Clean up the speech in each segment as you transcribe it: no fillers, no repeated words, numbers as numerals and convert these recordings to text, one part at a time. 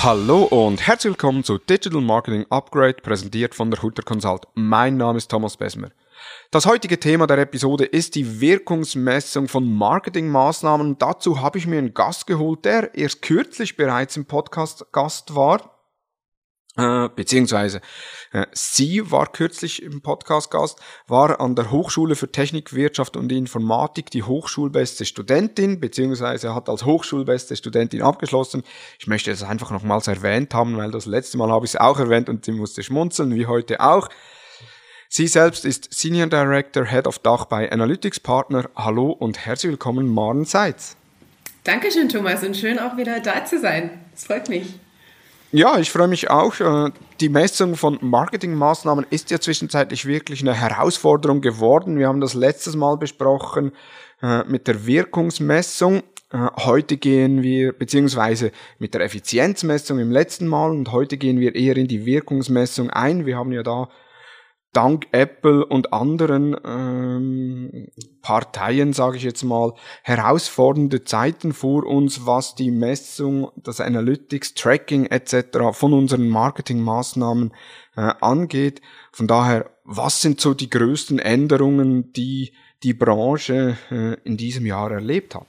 Hallo und herzlich willkommen zu Digital Marketing Upgrade, präsentiert von der Hutter Consult. Mein Name ist Thomas Besmer. Das heutige Thema der Episode ist die Wirkungsmessung von Marketingmaßnahmen. Dazu habe ich mir einen Gast geholt, der erst kürzlich bereits im Podcast Gast war. Sie war kürzlich im Podcast Gast, war an der Hochschule für Technik, Wirtschaft und Informatik die hochschulbeste Studentin, beziehungsweise hat als hochschulbeste Studentin abgeschlossen. Ich möchte es einfach nochmals erwähnt haben, weil das letzte Mal habe ich es auch erwähnt und sie musste schmunzeln, wie heute auch. Sie selbst ist Senior Director, Head of Dach bei Analytics Partner. Hallo und herzlich willkommen, Maren Seitz. Dankeschön, Thomas, und schön auch wieder da zu sein. Es freut mich. Ja, ich freue mich auch. Die Messung von Marketingmaßnahmen ist ja zwischenzeitlich wirklich eine Herausforderung geworden. Wir haben das letztes Mal besprochen mit der Wirkungsmessung. Heute gehen wir, beziehungsweise mit der Effizienzmessung im letzten Mal, und heute gehen wir eher in die Wirkungsmessung ein. Wir haben ja da dank Apple und anderen Parteien, sage ich jetzt mal, herausfordernde Zeiten vor uns, was die Messung, das Analytics, Tracking etc. von unseren Marketingmaßnahmen angeht. Von daher, was sind so die größten Änderungen, die die Branche in diesem Jahr erlebt hat?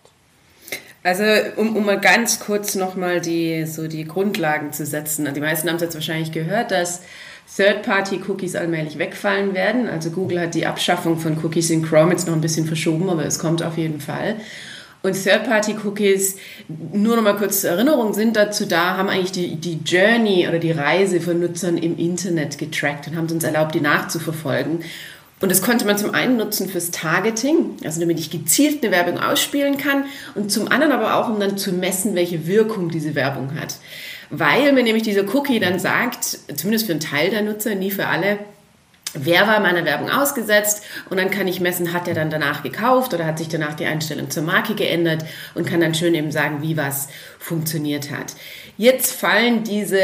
Also um mal ganz kurz nochmal die Grundlagen zu setzen. Die meisten haben es jetzt wahrscheinlich gehört, dass Third-Party-Cookies allmählich wegfallen werden. Also Google hat die Abschaffung von Cookies in Chrome jetzt noch ein bisschen verschoben, aber es kommt auf jeden Fall. Und Third-Party-Cookies, nur noch mal kurz zur Erinnerung, sind dazu da, haben eigentlich die Journey oder die Reise von Nutzern im Internet getrackt und haben uns erlaubt, die nachzuverfolgen. Und das konnte man zum einen nutzen fürs Targeting, also damit ich gezielt eine Werbung ausspielen kann, und zum anderen aber auch, um dann zu messen, welche Wirkung diese Werbung hat. Weil mir nämlich dieser Cookie dann sagt, zumindest für einen Teil der Nutzer, nie für alle, wer war meiner Werbung ausgesetzt, und dann kann ich messen, hat er dann danach gekauft oder hat sich danach die Einstellung zur Marke geändert, und kann dann schön eben sagen, wie was funktioniert hat. Jetzt fallen diese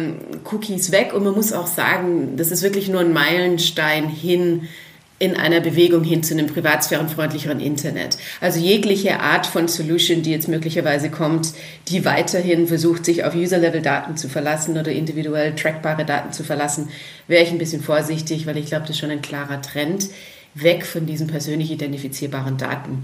Cookies weg, und man muss auch sagen, das ist wirklich nur ein Meilenstein hin in einer Bewegung hin zu einem privatsphärenfreundlicheren Internet. Also jegliche Art von Solution, die jetzt möglicherweise kommt, die weiterhin versucht, sich auf User-Level-Daten zu verlassen oder individuell trackbare Daten zu verlassen, wäre ich ein bisschen vorsichtig, weil ich glaube, das ist schon ein klarer Trend weg von diesen persönlich identifizierbaren Daten.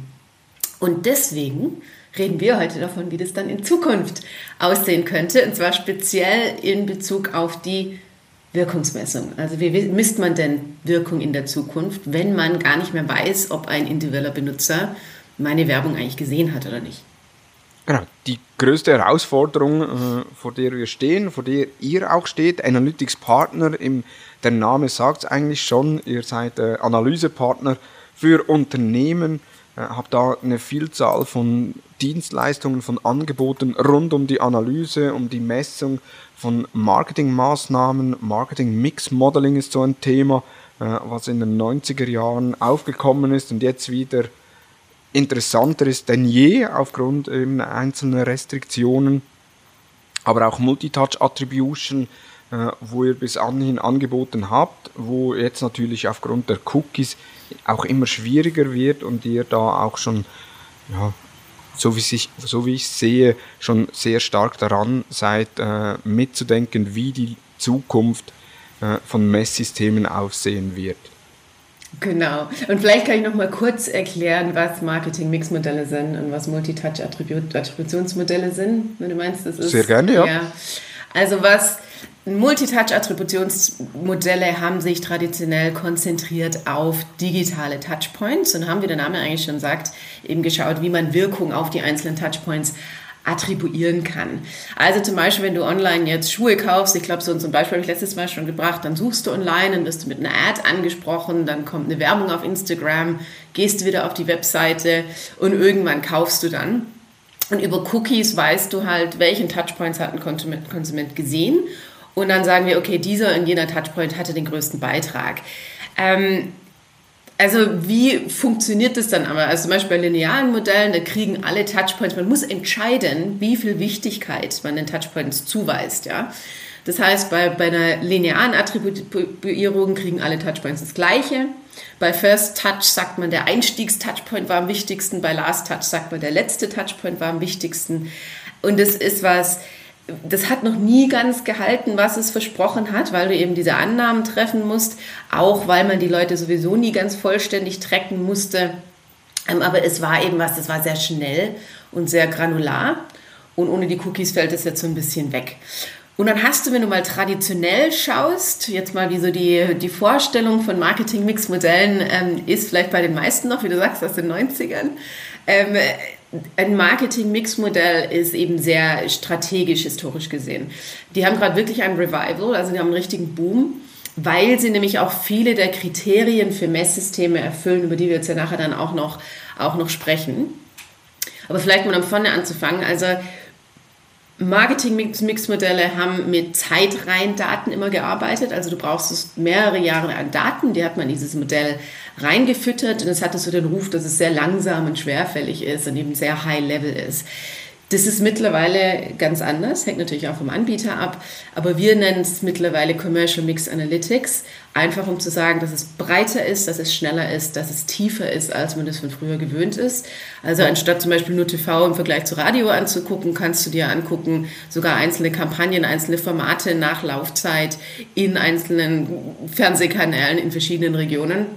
Und deswegen reden wir heute davon, wie das dann in Zukunft aussehen könnte, und zwar speziell in Bezug auf die Wirkungsmessung. Also wie misst man denn Wirkung in der Zukunft, wenn man gar nicht mehr weiß, ob ein individueller Benutzer meine Werbung eigentlich gesehen hat oder nicht? Genau, die größte Herausforderung, vor der wir stehen, vor der ihr auch steht, Analytics Partner, der Name sagt es eigentlich schon, ihr seid Analysepartner für Unternehmen, habt da eine Vielzahl von Dienstleistungen, von Angeboten rund um die Analyse, um die Messung von Marketingmaßnahmen. Marketing-Mix-Modeling ist so ein Thema, was in den 90er Jahren aufgekommen ist und jetzt wieder interessanter ist denn je aufgrund eben einzelner Restriktionen, aber auch Multitouch-Attribution, wo ihr bis anhin angeboten habt, wo jetzt natürlich aufgrund der Cookies auch immer schwieriger wird und ihr da auch schon, ja, so wie ich sehe, schon sehr stark daran seid, mitzudenken, wie die Zukunft von Messsystemen aussehen wird. Genau. Und vielleicht kann ich noch mal kurz erklären, was Marketing-Mix-Modelle sind und was Multitouch-Attributionsmodelle sind, wenn du meinst, das ist... Sehr gerne, ja. Also was Multitouch-Attributionsmodelle haben sich traditionell konzentriert auf digitale Touchpoints und haben, wie der Name eigentlich schon sagt, eben geschaut, wie man Wirkung auf die einzelnen Touchpoints attribuieren kann. Also zum Beispiel, wenn du online jetzt Schuhe kaufst, ich glaube, so ein Beispiel habe ich letztes Mal schon gebracht, dann suchst du online, dann wirst du mit einer Ad angesprochen, dann kommt eine Werbung auf Instagram, gehst wieder auf die Webseite und irgendwann kaufst du dann. Und über Cookies weißt du halt, welchen Touchpoints hat ein Konsument gesehen, und dann sagen wir, okay, dieser und jener Touchpoint hatte den größten Beitrag. Also wie funktioniert das dann aber? Also zum Beispiel bei linearen Modellen, da kriegen alle Touchpoints, man muss entscheiden, wie viel Wichtigkeit man den Touchpoints zuweist. Ja? Das heißt, bei einer linearen Attribuierung kriegen alle Touchpoints das Gleiche. Bei First Touch sagt man, der Einstiegs-Touchpoint war am wichtigsten. Bei Last Touch sagt man, der letzte Touchpoint war am wichtigsten. Und das ist was, das hat noch nie ganz gehalten, was es versprochen hat, weil du eben diese Annahmen treffen musst, auch weil man die Leute sowieso nie ganz vollständig tracken musste. Aber es war eben was, das war sehr schnell und sehr granular und ohne die Cookies fällt es jetzt so ein bisschen weg. Und dann hast du, wenn du mal traditionell schaust, jetzt mal wie so die Vorstellung von Marketing-Mix-Modellen ist vielleicht bei den meisten noch, wie du sagst, aus den 90ern, ein Marketing-Mix-Modell ist eben sehr strategisch historisch gesehen. Die haben gerade wirklich ein Revival, also die haben einen richtigen Boom, weil sie nämlich auch viele der Kriterien für Messsysteme erfüllen, über die wir jetzt ja nachher dann auch noch sprechen. Aber vielleicht mal von vorne anzufangen. Also Marketing-Mix-Modelle haben mit Zeitreihendaten immer gearbeitet. Also du brauchst mehrere Jahre an Daten, die hat man in dieses Modell reingefüttert und es hatte so den Ruf, dass es sehr langsam und schwerfällig ist und eben sehr high-level ist. Das ist mittlerweile ganz anders, hängt natürlich auch vom Anbieter ab, aber wir nennen es mittlerweile Commercial Mix Analytics, einfach um zu sagen, dass es breiter ist, dass es schneller ist, dass es tiefer ist, als man das von früher gewöhnt ist. Also anstatt zum Beispiel nur TV im Vergleich zu Radio anzugucken, kannst du dir angucken, sogar einzelne Kampagnen, einzelne Formate nach Laufzeit in einzelnen Fernsehkanälen in verschiedenen Regionen.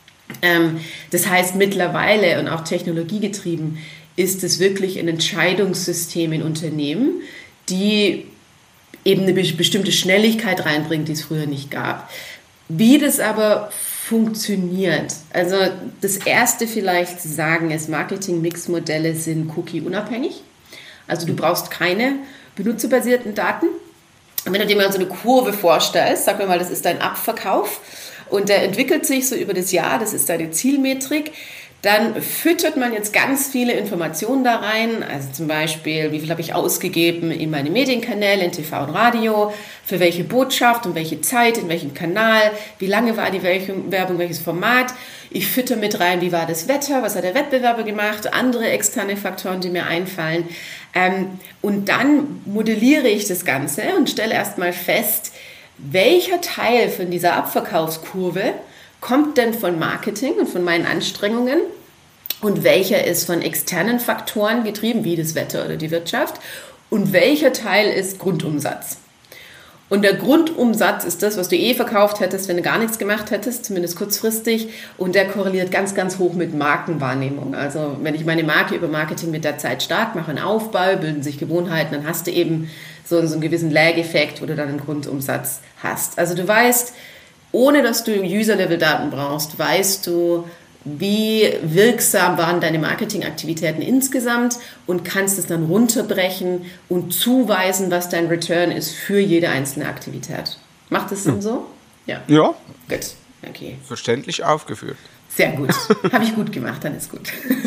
Das heißt mittlerweile und auch technologiegetrieben ist es wirklich ein Entscheidungssystem in Unternehmen, die eben eine bestimmte Schnelligkeit reinbringt, die es früher nicht gab. Wie das aber funktioniert, also das erste vielleicht zu sagen ist, Marketing-Mix-Modelle sind cookie-unabhängig. Also du brauchst keine benutzerbasierten Daten. Und wenn du dir mal so eine Kurve vorstellst, sag mal, das ist dein Abverkauf und der entwickelt sich so über das Jahr, das ist deine Zielmetrik, dann füttert man jetzt ganz viele Informationen da rein, also zum Beispiel, wie viel habe ich ausgegeben in meine Medienkanäle, in TV und Radio, für welche Botschaft, um welche Zeit, in welchem Kanal, wie lange war die Werbung, welches Format. Ich fütter mit rein, wie war das Wetter, was hat der Wettbewerber gemacht, andere externe Faktoren, die mir einfallen. Und dann modelliere ich das Ganze und stelle erstmal fest, welcher Teil von dieser Abverkaufskurve kommt denn von Marketing und von meinen Anstrengungen und welcher ist von externen Faktoren getrieben, wie das Wetter oder die Wirtschaft und welcher Teil ist Grundumsatz. Und der Grundumsatz ist das, was du verkauft hättest, wenn du gar nichts gemacht hättest, zumindest kurzfristig, und der korreliert ganz, ganz hoch mit Markenwahrnehmung. Also wenn ich meine Marke über Marketing mit der Zeit stark mache, einen Aufbau, bilden sich Gewohnheiten, dann hast du eben so einen gewissen Lag-Effekt, wo du dann einen Grundumsatz hast. Also du weißt, ohne dass du User-Level-Daten brauchst, weißt du, wie wirksam waren deine Marketingaktivitäten insgesamt und kannst es dann runterbrechen und zuweisen, was dein Return ist für jede einzelne Aktivität. Macht das Sinn so? Ja. Ja. Gut. Okay. Verständlich aufgeführt. Sehr gut. Habe ich gut gemacht, dann ist gut.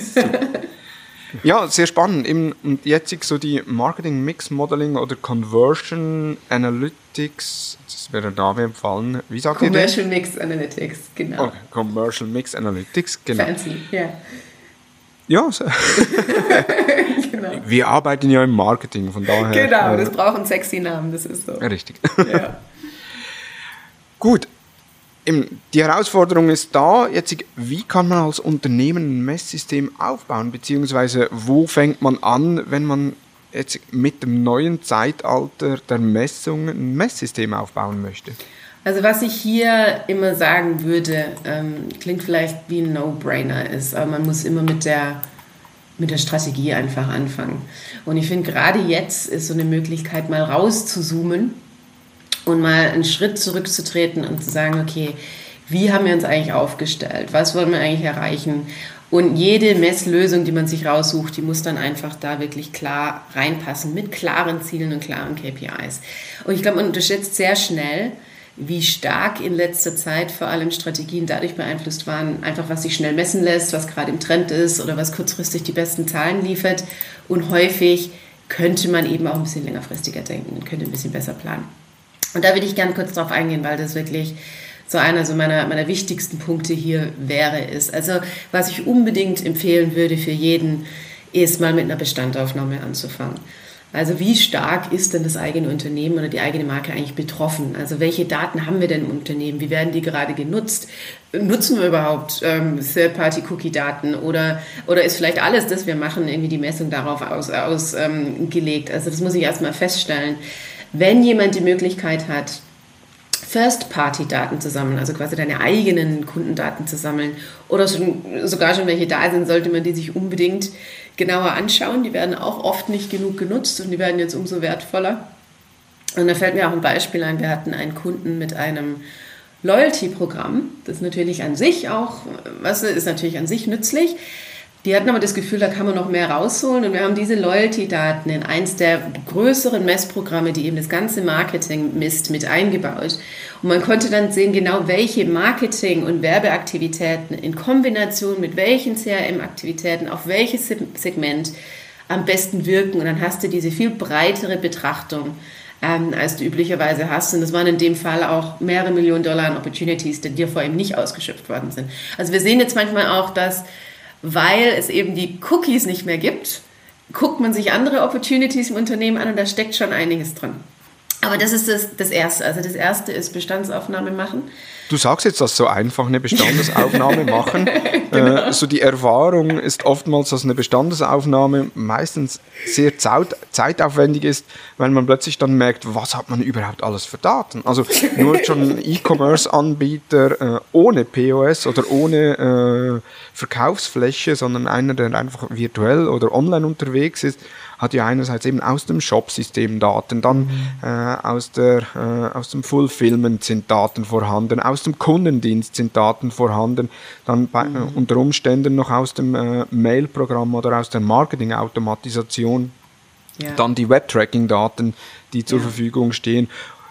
Ja, sehr spannend. Und jetzt so die Marketing Mix Modeling oder Conversion Analytics, das wäre da mir empfallen. Wie sagt ihr das? Commercial Mix Analytics, genau. Okay, Commercial Mix Analytics, genau. Fancy, ja. Ja, so. Genau. Wir arbeiten ja im Marketing, von daher. Genau, das braucht einen sexy Namen, das ist so. Richtig. Ja. Gut. Die Herausforderung ist da, jetzt, wie kann man als Unternehmen ein Messsystem aufbauen, beziehungsweise wo fängt man an, wenn man jetzt mit dem neuen Zeitalter der Messung ein Messsystem aufbauen möchte? Also was ich hier immer sagen würde, klingt vielleicht wie ein No-Brainer ist, aber man muss immer mit der Strategie einfach anfangen. Und ich finde, gerade jetzt ist so eine Möglichkeit, mal rauszuzoomen und mal einen Schritt zurückzutreten und zu sagen, okay, wie haben wir uns eigentlich aufgestellt? Was wollen wir eigentlich erreichen? Und jede Messlösung, die man sich raussucht, die muss dann einfach da wirklich klar reinpassen, mit klaren Zielen und klaren KPIs. Und ich glaube, man unterschätzt sehr schnell, wie stark in letzter Zeit vor allem Strategien dadurch beeinflusst waren, einfach was sich schnell messen lässt, was gerade im Trend ist oder was kurzfristig die besten Zahlen liefert. Und häufig könnte man eben auch ein bisschen längerfristiger denken und könnte ein bisschen besser planen. Und da würde ich gerne kurz drauf eingehen, weil das wirklich so einer meiner wichtigsten Punkte hier ist. Also was ich unbedingt empfehlen würde für jeden, ist mal mit einer Bestandaufnahme anzufangen. Also wie stark ist denn das eigene Unternehmen oder die eigene Marke eigentlich betroffen? Also welche Daten haben wir denn im Unternehmen? Wie werden die gerade genutzt? Nutzen wir überhaupt Third-Party-Cookie-Daten oder ist vielleicht alles, das wir machen, irgendwie die Messung darauf ausgelegt? Also das muss ich erstmal feststellen. Wenn jemand die Möglichkeit hat, First-Party-Daten zu sammeln, also quasi deine eigenen Kundendaten zu sammeln oder sogar schon welche da sind, sollte man die sich unbedingt genauer anschauen. Die werden auch oft nicht genug genutzt und die werden jetzt umso wertvoller. Und da fällt mir auch ein Beispiel ein. Wir hatten einen Kunden mit einem Loyalty-Programm. Das ist natürlich an sich auch, ist natürlich an sich nützlich. Die hatten aber das Gefühl, da kann man noch mehr rausholen. Und wir haben diese Loyalty-Daten in eins der größeren Messprogramme, die eben das ganze Marketing misst, mit eingebaut. Und man konnte dann sehen, genau welche Marketing- und Werbeaktivitäten in Kombination mit welchen CRM-Aktivitäten auf welches Segment am besten wirken. Und dann hast du diese viel breitere Betrachtung, als du üblicherweise hast. Und das waren in dem Fall auch mehrere Millionen Dollar an Opportunities, die dir vorher nicht ausgeschöpft worden sind. Also wir sehen jetzt manchmal auch, dass, weil es eben die Cookies nicht mehr gibt, guckt man sich andere Opportunities im Unternehmen an und da steckt schon einiges drin. Aber das ist das Erste. Also das Erste ist Bestandsaufnahme machen. Du sagst jetzt, dass so einfach eine Bestandesaufnahme machen. Genau. So die Erfahrung ist oftmals, dass eine Bestandesaufnahme meistens sehr zeitaufwendig ist, weil man plötzlich dann merkt, was hat man überhaupt alles für Daten. Also nur schon E-Commerce-Anbieter ohne POS oder ohne Verkaufsfläche, sondern einer, der einfach virtuell oder online unterwegs ist, hat ja einerseits eben aus dem Shop-System Daten, dann aus dem Fulfillment sind Daten vorhanden, aus dem Kundendienst sind Daten vorhanden, dann unter Umständen noch aus dem Mail-Programm oder aus der Marketing-Automatisation, dann die Web-Tracking-Daten, die zur Verfügung stehen,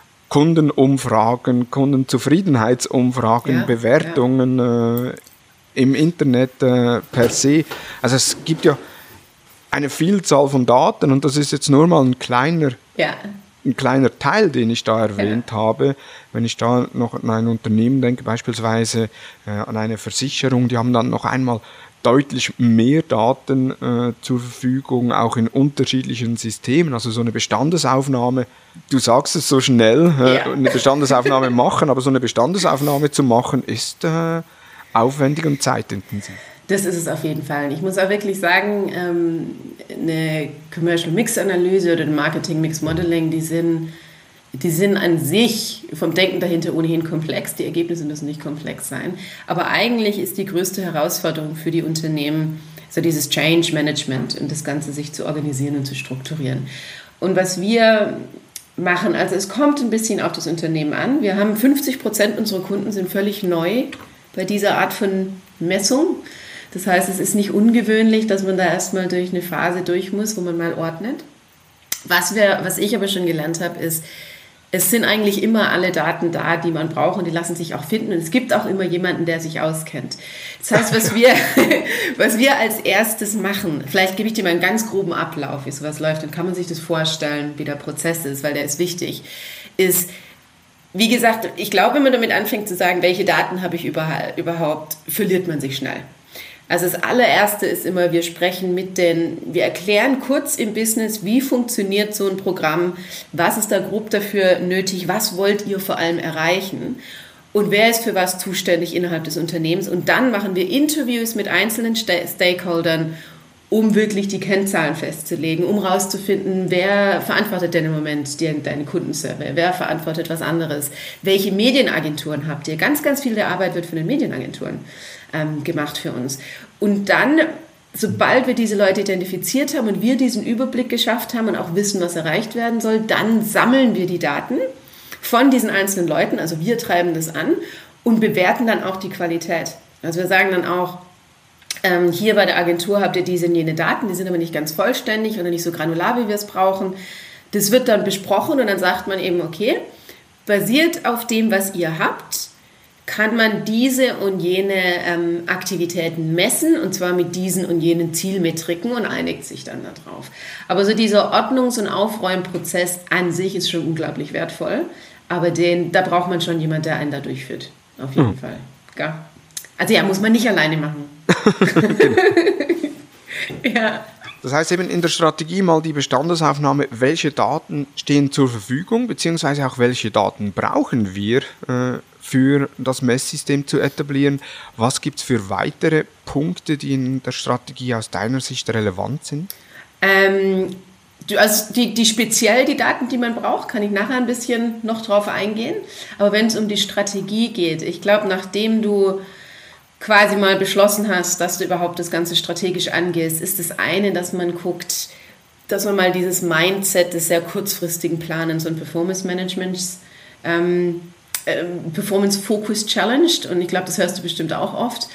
Kundenumfragen, Kundenzufriedenheitsumfragen, Bewertungen im Internet per se. Also es gibt ja eine Vielzahl von Daten und das ist jetzt nur mal ein kleiner Teil, den ich da erwähnt habe. Wenn ich da noch an ein Unternehmen denke, beispielsweise an eine Versicherung, die haben dann noch einmal deutlich mehr Daten zur Verfügung, auch in unterschiedlichen Systemen. Also so eine Bestandesaufnahme, du sagst es so schnell, eine Bestandesaufnahme machen, aber so eine Bestandesaufnahme zu machen, ist aufwendig und zeitintensiv. Das ist es auf jeden Fall. Ich muss auch wirklich sagen, eine Commercial Mix Analyse oder ein Marketing Mix Modeling, die sind an sich vom Denken dahinter ohnehin komplex. Die Ergebnisse müssen nicht komplex sein. Aber eigentlich ist die größte Herausforderung für die Unternehmen so dieses Change Management und das Ganze sich zu organisieren und zu strukturieren. Und was wir machen, also es kommt ein bisschen auf das Unternehmen an. Wir haben 50% unserer Kunden sind völlig neu bei dieser Art von Messung. Das heißt, es ist nicht ungewöhnlich, dass man da erstmal durch eine Phase durch muss, wo man mal ordnet. Was ich aber schon gelernt habe, ist, es sind eigentlich immer alle Daten da, die man braucht und die lassen sich auch finden. Und es gibt auch immer jemanden, der sich auskennt. Das heißt, was wir als erstes machen, vielleicht gebe ich dir mal einen ganz groben Ablauf, wie sowas läuft, dann kann man sich das vorstellen, wie der Prozess ist, weil der ist wichtig, ist, wie gesagt, ich glaube, wenn man damit anfängt zu sagen, welche Daten habe ich überhaupt, verliert man sich schnell. Also das allererste ist immer, wir erklären kurz im Business, wie funktioniert so ein Programm, was ist da grob dafür nötig, was wollt ihr vor allem erreichen und wer ist für was zuständig innerhalb des Unternehmens. Und dann machen wir Interviews mit einzelnen Stakeholdern, um wirklich die Kennzahlen festzulegen, um rauszufinden, wer verantwortet denn im Moment deine Kundenserver, wer verantwortet was anderes, welche Medienagenturen habt ihr. Ganz, ganz viel der Arbeit wird von den Medienagenturen gemacht für uns. Und dann, sobald wir diese Leute identifiziert haben und wir diesen Überblick geschafft haben und auch wissen, was erreicht werden soll, dann sammeln wir die Daten von diesen einzelnen Leuten, also wir treiben das an und bewerten dann auch die Qualität. Also wir sagen dann auch, hier bei der Agentur habt ihr diese und jene Daten, die sind aber nicht ganz vollständig oder nicht so granular, wie wir es brauchen. Das wird dann besprochen und dann sagt man eben, okay, basiert auf dem, was ihr habt, kann man diese und jene Aktivitäten messen und zwar mit diesen und jenen Zielmetriken und einigt sich dann darauf. Aber so dieser Ordnungs- und Aufräumprozess an sich ist schon unglaublich wertvoll, aber da braucht man schon jemanden, der einen da durchführt, auf jeden Fall. Ja. Also muss man nicht alleine machen. Ja. Das heißt eben in der Strategie mal die Bestandesaufnahme, welche Daten stehen zur Verfügung, beziehungsweise auch welche Daten brauchen wir für das Messsystem zu etablieren. Was gibt es für weitere Punkte, die in der Strategie aus deiner Sicht relevant sind? Also speziell die Daten, die man braucht, kann ich nachher ein bisschen noch drauf eingehen. Aber wenn es um die Strategie geht, ich glaube, nachdem du quasi mal beschlossen hast, dass du überhaupt das Ganze strategisch angehst, ist das eine, dass man guckt, dass man mal dieses Mindset des sehr kurzfristigen Planens und Performance-Managements Performance-Focus challenged, und ich glaube, das hörst du bestimmt auch oft.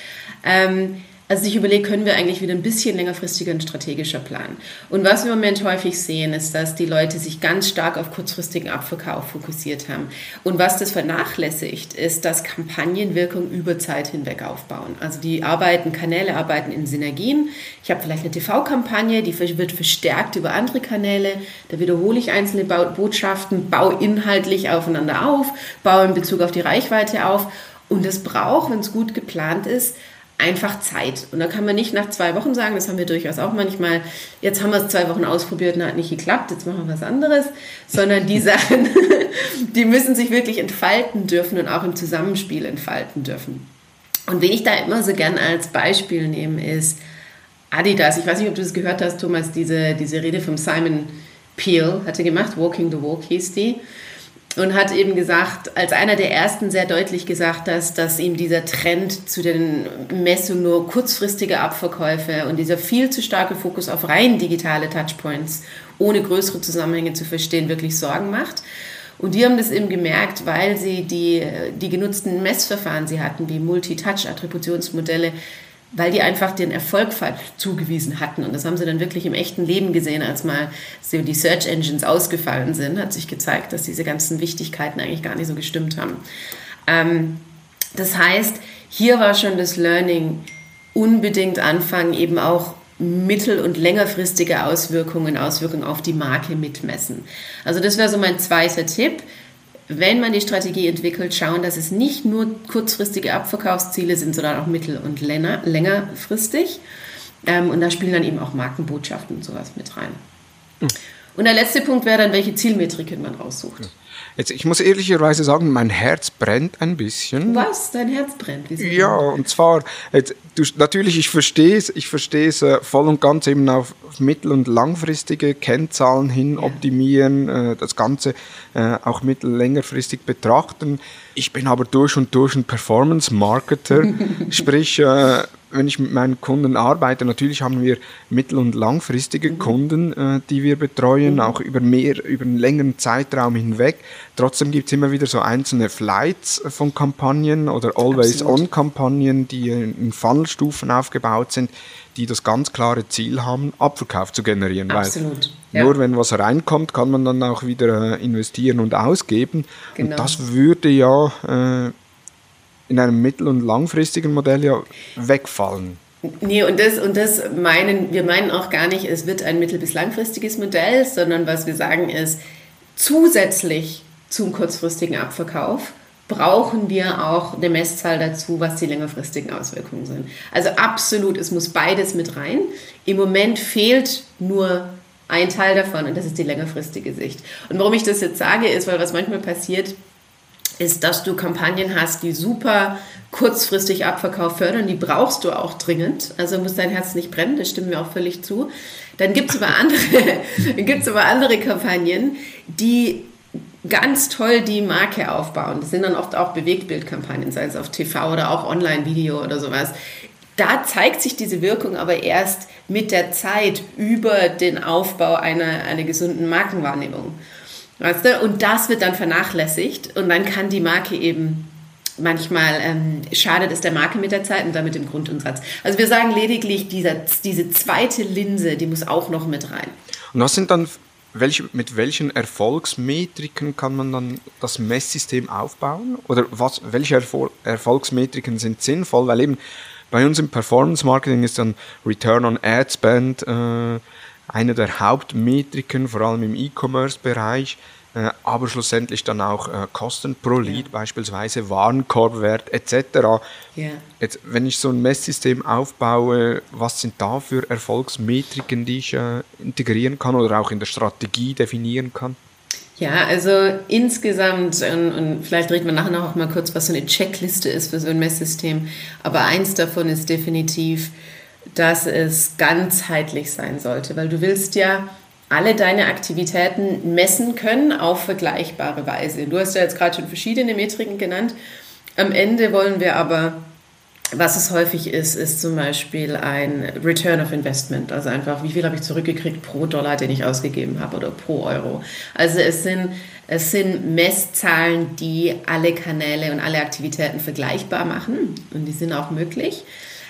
Also sich überlegt, können wir eigentlich wieder ein bisschen längerfristiger und strategischer planen. Und was wir im Moment häufig sehen, ist, dass die Leute sich ganz stark auf kurzfristigen Abverkauf fokussiert haben. Und was das vernachlässigt, ist, dass Kampagnenwirkung über Zeit hinweg aufbauen. Also Kanäle arbeiten in Synergien. Ich habe vielleicht eine TV-Kampagne, die wird verstärkt über andere Kanäle. Da wiederhole ich einzelne Botschaften, baue inhaltlich aufeinander auf, baue in Bezug auf die Reichweite auf. Und das braucht, wenn es gut geplant ist, einfach Zeit. Und da kann man nicht nach 2 Wochen sagen, das haben wir durchaus auch manchmal, jetzt haben wir es 2 Wochen ausprobiert und hat nicht geklappt, jetzt machen wir was anderes, sondern die Sachen, die müssen sich wirklich entfalten dürfen und auch im Zusammenspiel entfalten dürfen. Und wen ich da immer so gern als Beispiel nehme, ist Adidas. Ich weiß nicht, ob du das gehört hast, Thomas, diese Rede von Simon Peel hat er gemacht, Walking the Walk hieß die. Und hat eben gesagt, als einer der ersten sehr deutlich gesagt, dass ihm dieser Trend zu den Messungen nur kurzfristige Abverkäufe und dieser viel zu starke Fokus auf rein digitale Touchpoints, ohne größere Zusammenhänge zu verstehen, wirklich Sorgen macht. Und die haben das eben gemerkt, weil sie die genutzten Messverfahren sie hatten, wie Multi-Touch-Attributionsmodelle, weil die einfach den Erfolg zugewiesen hatten. Und das haben sie dann wirklich im echten Leben gesehen, als mal so die Search Engines ausgefallen sind, hat sich gezeigt, dass diese ganzen Wichtigkeiten eigentlich gar nicht so gestimmt haben. Das heißt, hier war schon das Learning, unbedingt anfangen, eben auch mittel- und längerfristige Auswirkungen auf die Marke mitmessen. Also das wäre so mein zweiter Tipp. Wenn man die Strategie entwickelt, schauen, dass es nicht nur kurzfristige Abverkaufsziele sind, sondern auch mittel- und längerfristig. Und da spielen dann eben auch Markenbotschaften und sowas mit rein. Und der letzte Punkt wäre dann, welche Zielmetriken man raussucht. Jetzt, ich muss ehrlicherweise sagen, mein Herz brennt ein bisschen. Was? Dein Herz brennt? Wieso? Ja, und zwar, natürlich, ich verstehe es voll und ganz eben auf mittel- und langfristige Kennzahlen hin optimieren, das Ganze auch mittel-längerfristig betrachten. Ich bin aber durch und durch ein Performance-Marketer, sprich, wenn ich mit meinen Kunden arbeite, natürlich haben wir mittel- und langfristige Kunden, die wir betreuen, auch über einen längeren Zeitraum hinweg. Trotzdem gibt es immer wieder so einzelne Flights von Kampagnen oder Always-On-Kampagnen, die in Funnelstufen aufgebaut sind, die das ganz klare Ziel haben, Abverkauf zu generieren. Absolut. Weil nur wenn was reinkommt, kann man dann auch wieder investieren und ausgeben. Genau. Und das würde ja in einem mittel- und langfristigen Modell ja wegfallen. Nee, und wir meinen auch gar nicht, es wird ein mittel- bis langfristiges Modell, sondern was wir sagen ist, zusätzlich zum kurzfristigen Abverkauf brauchen wir auch eine Messzahl dazu, was die längerfristigen Auswirkungen sind. Also absolut, es muss beides mit rein. Im Moment fehlt nur ein Teil davon und das ist die längerfristige Sicht. Und warum ich das jetzt sage, ist, weil was manchmal passiert, ist, dass du Kampagnen hast, die super kurzfristig Abverkauf fördern, die brauchst du auch dringend, also muss dein Herz nicht brennen, das stimmen wir auch völlig zu. Dann gibt es aber andere Kampagnen, die ganz toll die Marke aufbauen. Das sind dann oft auch Bewegtbildkampagnen, sei es auf TV oder auch Online-Video oder sowas. Da zeigt sich diese Wirkung aber erst mit der Zeit über den Aufbau einer gesunden Markenwahrnehmung. Weißt du? Und das wird dann vernachlässigt und dann kann die Marke eben manchmal schadet es der Marke mit der Zeit und damit dem Grundumsatz. Also wir sagen lediglich, diese zweite Linse, die muss auch noch mit rein. Und was sind dann mit welchen Erfolgsmetriken kann man dann das Messsystem aufbauen? Oder welche Erfolgsmetriken sind sinnvoll? Weil eben bei uns im Performance Marketing ist dann Return on Ad Spend eine der Hauptmetriken, vor allem im E-Commerce-Bereich. aber schlussendlich dann auch Kosten pro Lead, beispielsweise Warenkorbwert etc. Ja. Jetzt, wenn ich so ein Messsystem aufbaue, was sind da für Erfolgsmetriken, die ich integrieren kann oder auch in der Strategie definieren kann? Ja, also insgesamt, und vielleicht reden wir nachher noch mal kurz, was so eine Checkliste ist für so ein Messsystem, aber eins davon ist definitiv, dass es ganzheitlich sein sollte, weil du willst ja alle deine Aktivitäten messen können auf vergleichbare Weise. Du hast ja jetzt gerade schon verschiedene Metriken genannt. Am Ende wollen wir aber, was es häufig ist zum Beispiel ein Return of Investment, also einfach, wie viel habe ich zurückgekriegt pro Dollar, den ich ausgegeben habe oder pro Euro. Also es sind Messzahlen, die alle Kanäle und alle Aktivitäten vergleichbar machen und die sind auch möglich.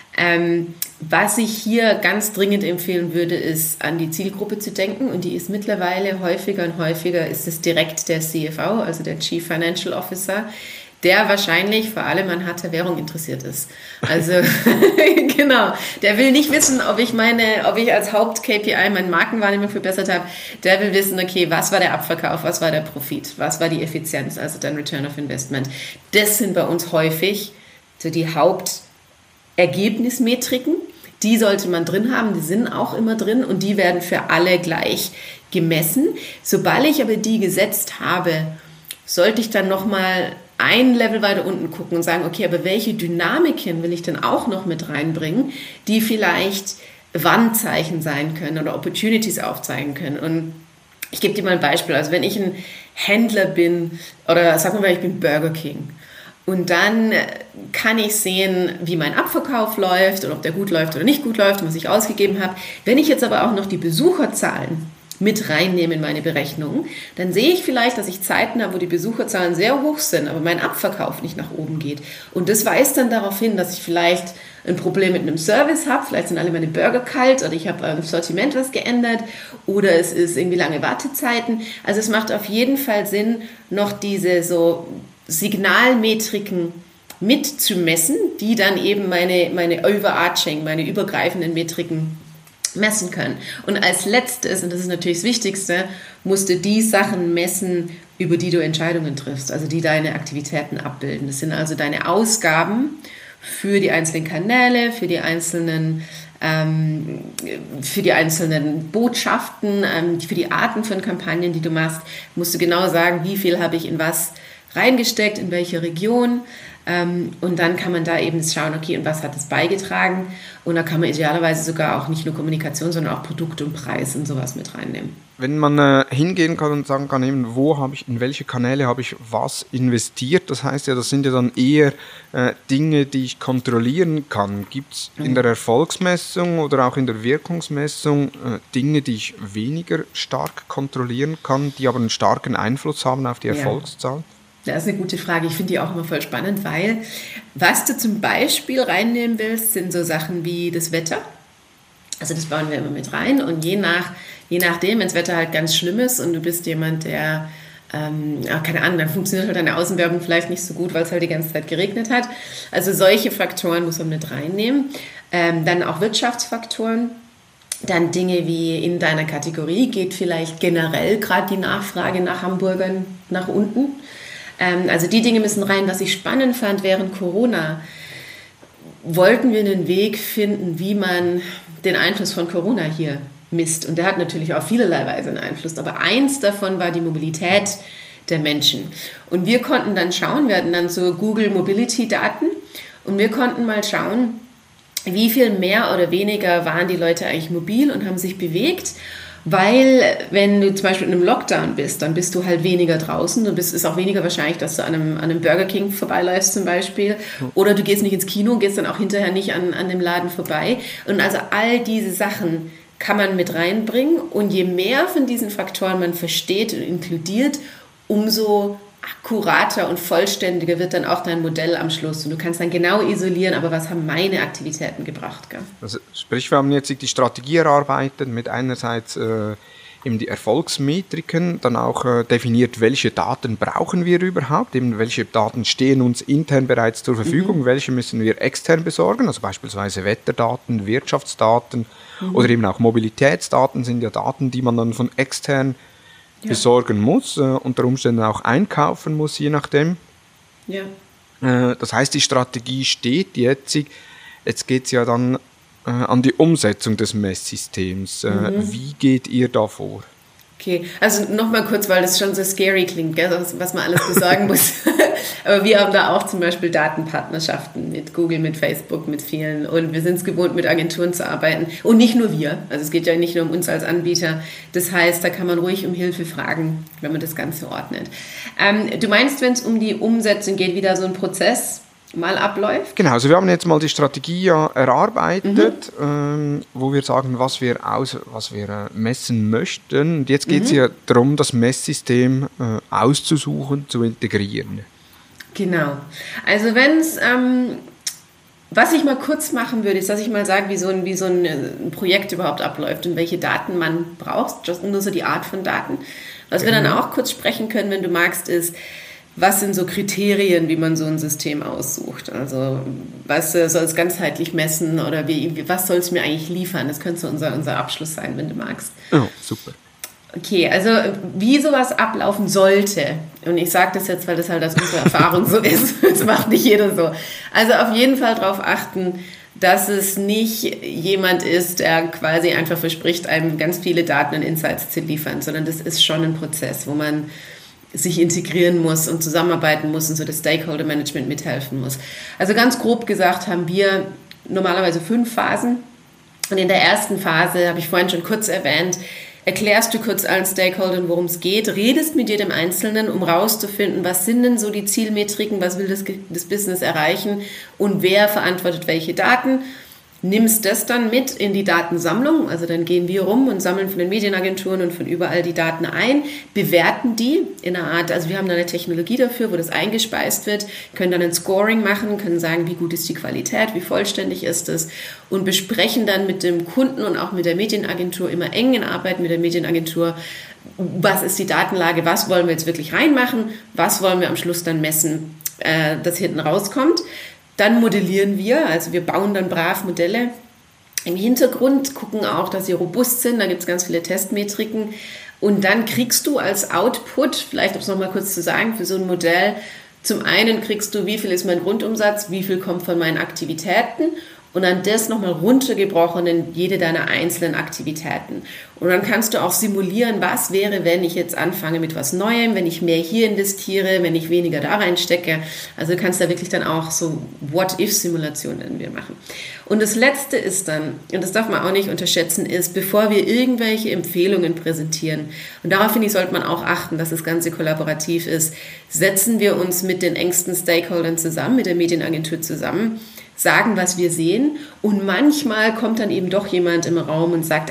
Was ich hier ganz dringend empfehlen würde, ist, an die Zielgruppe zu denken und die ist mittlerweile häufiger und häufiger, ist es direkt der CFO, also der Chief Financial Officer, der wahrscheinlich vor allem an harter Währung interessiert ist. Also genau, der will nicht wissen, ob ich als Haupt-KPI meine Markenwahrnehmung verbessert habe. Der will wissen, okay, was war der Abverkauf, was war der Profit, was war die Effizienz, also dann Return of Investment. Das sind bei uns häufig so die Hauptergebnismetriken. Die sollte man drin haben, die sind auch immer drin und die werden für alle gleich gemessen. Sobald ich aber die gesetzt habe, sollte ich dann nochmal ein Level weiter unten gucken und sagen, okay, aber welche Dynamiken will ich denn auch noch mit reinbringen, die vielleicht Warnzeichen sein können oder Opportunities aufzeigen können. Und ich gebe dir mal ein Beispiel. Also wenn ich ein Händler bin oder sagen wir mal, ich bin Burger King und dann kann ich sehen, wie mein Abverkauf läuft und ob der gut läuft oder nicht gut läuft und was ich ausgegeben habe. Wenn ich jetzt aber auch noch die Besucherzahlen mit reinnehmen in meine Berechnung, dann sehe ich vielleicht, dass ich Zeiten habe, wo die Besucherzahlen sehr hoch sind, aber mein Abverkauf nicht nach oben geht. Und das weist dann darauf hin, dass ich vielleicht ein Problem mit einem Service habe, vielleicht sind alle meine Burger kalt oder ich habe im Sortiment was geändert oder es ist irgendwie lange Wartezeiten. Also es macht auf jeden Fall Sinn, noch diese so Signalmetriken mitzumessen, die dann eben meine overarching, meine übergreifenden Metriken messen können. Und als letztes, und das ist natürlich das Wichtigste, musst du die Sachen messen, über die du Entscheidungen triffst, also die deine Aktivitäten abbilden. Das sind also deine Ausgaben für die einzelnen Kanäle, für die einzelnen Botschaften, für die Arten von Kampagnen, die du machst, musst du genau sagen, wie viel habe ich in was reingesteckt, in welche Region. Und dann kann man da eben schauen, okay, und was hat es beigetragen? Und da kann man idealerweise sogar auch nicht nur Kommunikation, sondern auch Produkt und Preis und sowas mit reinnehmen. Wenn man hingehen kann und sagen kann, eben, in welche Kanäle habe ich was investiert, das heißt ja, das sind ja dann eher Dinge, die ich kontrollieren kann. Gibt es in der Erfolgsmessung oder auch in der Wirkungsmessung Dinge, die ich weniger stark kontrollieren kann, die aber einen starken Einfluss haben auf die Erfolgszahl? Das ist eine gute Frage. Ich finde die auch immer voll spannend, weil was du zum Beispiel reinnehmen willst, sind so Sachen wie das Wetter. Also das bauen wir immer mit rein und je nachdem, wenn das Wetter halt ganz schlimm ist und du bist jemand, der, keine Ahnung, dann funktioniert halt deine Außenwerbung vielleicht nicht so gut, weil es halt die ganze Zeit geregnet hat. Also solche Faktoren muss man mit reinnehmen. Dann auch Wirtschaftsfaktoren. Dann Dinge wie in deiner Kategorie geht vielleicht generell gerade die Nachfrage nach Hamburgern nach unten. Also die Dinge müssen rein. Was ich spannend fand während Corona, wollten wir einen Weg finden, wie man den Einfluss von Corona hier misst. Und der hat natürlich auf vielerlei Weise einen Einfluss. Aber eins davon war die Mobilität der Menschen. Und wir konnten dann schauen, wir hatten dann so Google Mobility Daten und wir konnten mal schauen, wie viel mehr oder weniger waren die Leute eigentlich mobil und haben sich bewegt. Weil wenn du zum Beispiel in einem Lockdown bist, dann bist du halt weniger draußen. Ist auch weniger wahrscheinlich, dass du an einem Burger King vorbeiläufst zum Beispiel. Oder du gehst nicht ins Kino und gehst dann auch hinterher nicht an dem Laden vorbei. Und also all diese Sachen kann man mit reinbringen. Und je mehr von diesen Faktoren man versteht und inkludiert, umso akkurater und vollständiger wird dann auch dein Modell am Schluss. Und du kannst dann genau isolieren, aber was haben meine Aktivitäten gebracht? Gell? Also, sprich, wir haben jetzt die Strategie erarbeitet, mit einerseits eben die Erfolgsmetriken, dann auch definiert, welche Daten brauchen wir überhaupt, eben welche Daten stehen uns intern bereits zur Verfügung, welche müssen wir extern besorgen, also beispielsweise Wetterdaten, Wirtschaftsdaten oder eben auch Mobilitätsdaten sind ja Daten, die man dann von extern besorgen muss, unter Umständen auch einkaufen muss, je nachdem. Ja. Das heißt, die Strategie steht jetzt. Jetzt geht es ja dann an die Umsetzung des Messsystems. Wie geht ihr da vor? Okay, also nochmal kurz, weil das schon so scary klingt, gell, was man alles besorgen muss. Aber wir haben da auch zum Beispiel Datenpartnerschaften mit Google, mit Facebook, mit vielen. Und wir sind es gewohnt, mit Agenturen zu arbeiten. Und nicht nur wir. Also es geht ja nicht nur um uns als Anbieter. Das heißt, da kann man ruhig um Hilfe fragen, wenn man das Ganze ordnet. Du meinst, wenn es um die Umsetzung geht, wieder so ein Prozess mal abläuft? Genau, also wir haben jetzt mal die Strategie erarbeitet, wo wir sagen, was wir messen möchten. Und jetzt geht es ja darum, das Messsystem auszusuchen, zu integrieren. Genau. Also wenn es, was ich mal kurz machen würde, ist, dass ich mal sage, wie so ein Projekt überhaupt abläuft und welche Daten man braucht, nur so die Art von Daten. Was wir dann auch kurz sprechen können, wenn du magst, ist, was sind so Kriterien, wie man so ein System aussucht? Also was soll es ganzheitlich messen oder was soll es mir eigentlich liefern? Das könnte unser Abschluss sein, wenn du magst. Oh, super. Okay, also wie sowas ablaufen sollte, und ich sage das jetzt, weil das halt aus unserer Erfahrung so ist, das macht nicht jeder so. Also auf jeden Fall darauf achten, dass es nicht jemand ist, der quasi einfach verspricht, einem ganz viele Daten und Insights zu liefern, sondern das ist schon ein Prozess, wo man sich integrieren muss und zusammenarbeiten muss und so das Stakeholder-Management mithelfen muss. Also ganz grob gesagt haben wir normalerweise 5 Phasen. Und in der ersten Phase, habe ich vorhin schon kurz erwähnt, erklärst du kurz allen Stakeholdern, worum es geht, redest mit jedem Einzelnen, um rauszufinden, was sind denn so die Zielmetriken, was will das Business erreichen und wer verantwortet welche Daten. Nimmst das dann mit in die Datensammlung, also dann gehen wir rum und sammeln von den Medienagenturen und von überall die Daten ein, bewerten die in einer Art, also wir haben da eine Technologie dafür, wo das eingespeist wird, können dann ein Scoring machen, können sagen, wie gut ist die Qualität, wie vollständig ist es und besprechen dann mit dem Kunden und auch mit der Medienagentur immer eng in Arbeit mit der Medienagentur, was ist die Datenlage, was wollen wir jetzt wirklich reinmachen, was wollen wir am Schluss dann messen, dass hinten rauskommt. Dann modellieren wir, also wir bauen dann brav Modelle im Hintergrund, gucken auch, dass sie robust sind, da gibt es ganz viele Testmetriken und dann kriegst du als Output, vielleicht um es nochmal kurz zu sagen, für so ein Modell, zum einen kriegst du, wie viel ist mein Grundumsatz, wie viel kommt von meinen Aktivitäten und dann das nochmal runtergebrochen in jede deiner einzelnen Aktivitäten. Und dann kannst du auch simulieren, was wäre, wenn ich jetzt anfange mit was Neuem, wenn ich mehr hier investiere, wenn ich weniger da reinstecke. Also du kannst da wirklich dann auch so What-If-Simulationen machen. Und das Letzte ist dann, und das darf man auch nicht unterschätzen, ist, bevor wir irgendwelche Empfehlungen präsentieren, und darauf finde ich, sollte man auch achten, dass das Ganze kollaborativ ist, setzen wir uns mit den engsten Stakeholdern zusammen, mit der Medienagentur zusammen, sagen, was wir sehen und manchmal kommt dann eben doch jemand im Raum und sagt,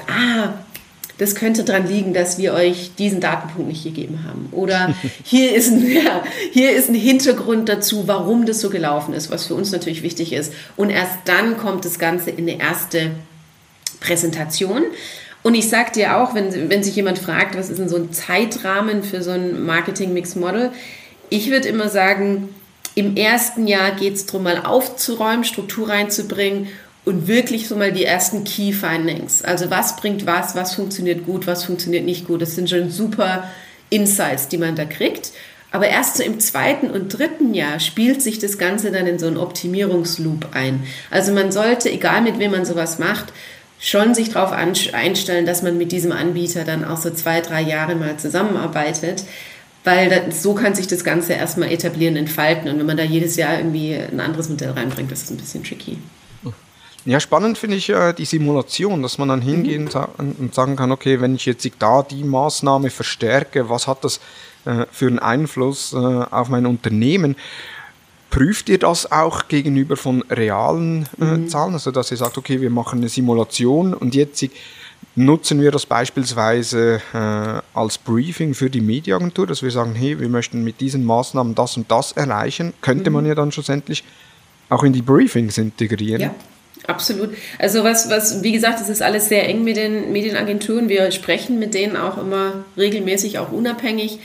das könnte daran liegen, dass wir euch diesen Datenpunkt nicht gegeben haben. Oder hier ist ein Hintergrund dazu, warum das so gelaufen ist, was für uns natürlich wichtig ist. Und erst dann kommt das Ganze in eine erste Präsentation. Und ich sage dir auch, wenn sich jemand fragt, was ist denn so ein Zeitrahmen für so ein Marketing-Mix-Model, ich würde immer sagen, im ersten Jahr geht es darum, mal aufzuräumen, Struktur reinzubringen und wirklich so mal die ersten Key Findings. Also was bringt was funktioniert gut, was funktioniert nicht gut. Das sind schon super Insights, die man da kriegt. Aber erst so im 2. und 3. Jahr spielt sich das Ganze dann in so einen Optimierungsloop ein. Also man sollte, egal mit wem man sowas macht, schon sich darauf einstellen, dass man mit diesem Anbieter dann auch so 2-3 Jahre mal zusammenarbeitet. Weil so kann sich das Ganze erstmal etablieren, entfalten. Und wenn man da jedes Jahr irgendwie ein anderes Modell reinbringt, das ist ein bisschen tricky. Ja, spannend finde ich die Simulation, dass man dann hingehen und sagen kann, okay, wenn ich jetzt da die Maßnahme verstärke, was hat das für einen Einfluss auf mein Unternehmen? Prüft ihr das auch gegenüber von realen Zahlen? Also dass ihr sagt, okay, wir machen eine Simulation und jetzt nutzen wir das beispielsweise als Briefing für die Mediaagentur, dass wir sagen, hey, wir möchten mit diesen Maßnahmen das und das erreichen, könnte man ja dann schlussendlich auch in die Briefings integrieren. Ja, absolut. Also wie gesagt, das ist alles sehr eng mit den Medienagenturen. Wir sprechen mit denen auch immer regelmäßig, auch unabhängig.